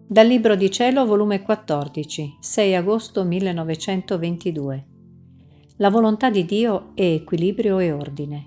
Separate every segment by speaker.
Speaker 1: Dal Libro di Cielo, volume 14, 6 agosto 1922. La volontà di Dio è equilibrio e ordine.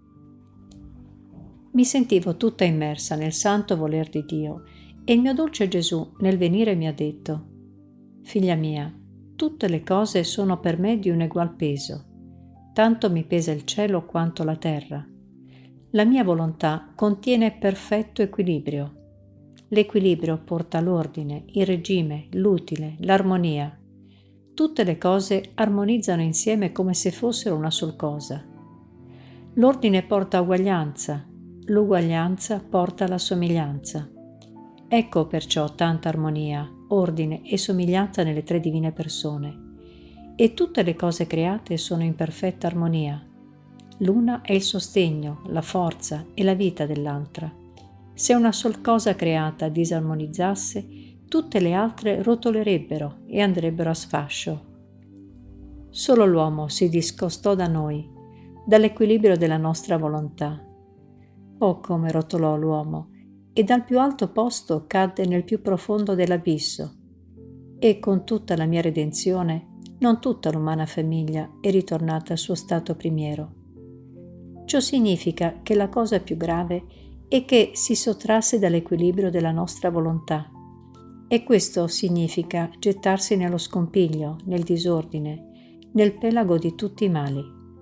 Speaker 1: Mi sentivo tutta immersa nel santo voler di Dio e il mio dolce Gesù nel venire mi ha detto: «Figlia mia, tutte le cose sono per me di un egual peso, tanto mi pesa il cielo quanto la terra. La mia volontà contiene perfetto equilibrio. L'equilibrio porta l'ordine, il regime, l'utile, l'armonia. Tutte le cose armonizzano insieme come se fossero una sol cosa. L'ordine porta uguaglianza, l'uguaglianza porta la somiglianza. Ecco perciò tanta armonia, ordine e somiglianza nelle tre divine persone. E tutte le cose create sono in perfetta armonia. L'una è il sostegno, la forza e la vita dell'altra. Se una sol cosa creata disarmonizzasse, tutte le altre rotolerebbero e andrebbero a sfascio. Solo l'uomo si discostò da noi, dall'equilibrio della nostra volontà. Oh, come rotolò l'uomo, e dal più alto posto cadde nel più profondo dell'abisso. E con tutta la mia redenzione, non tutta l'umana famiglia è ritornata al suo stato primiero. Ciò significa che la cosa più grave è che si sottrasse dall'equilibrio della nostra volontà. E questo significa gettarsi nello scompiglio, nel disordine, nel pelago di tutti i mali.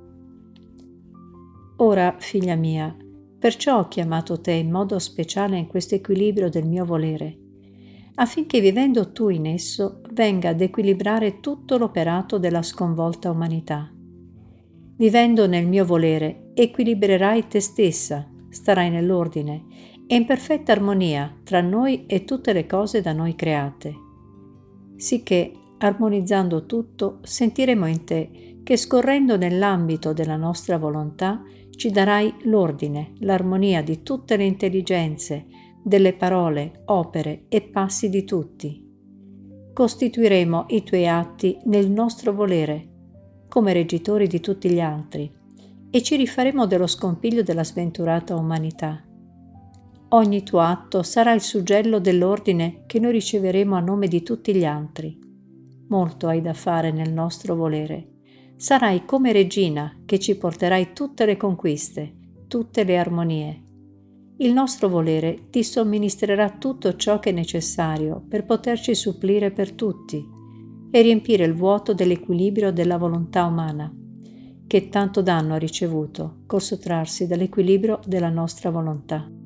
Speaker 1: Ora, figlia mia, perciò ho chiamato te in modo speciale in questo equilibrio del mio volere, affinché vivendo tu in esso venga ad equilibrare tutto l'operato della sconvolta umanità. Vivendo nel mio volere, equilibrerai te stessa, starai nell'ordine e in perfetta armonia tra noi e tutte le cose da noi create. Sicché, armonizzando tutto, sentiremo in te che scorrendo nell'ambito della nostra volontà ci darai l'ordine, l'armonia di tutte le intelligenze, delle parole, opere e passi di tutti. Costituiremo i tuoi atti nel nostro volere, come reggitori di tutti gli altri, e ci rifaremo dello scompiglio della sventurata umanità. Ogni tuo atto sarà il suggello dell'ordine che noi riceveremo a nome di tutti gli altri. Molto hai da fare nel nostro volere. Sarai come regina che ci porterai tutte le conquiste, tutte le armonie. Il nostro volere ti somministrerà tutto ciò che è necessario per poterci supplire per tutti e riempire il vuoto dell'equilibrio della volontà umana, che tanto danno ha ricevuto col sottrarsi dall'equilibrio della nostra volontà.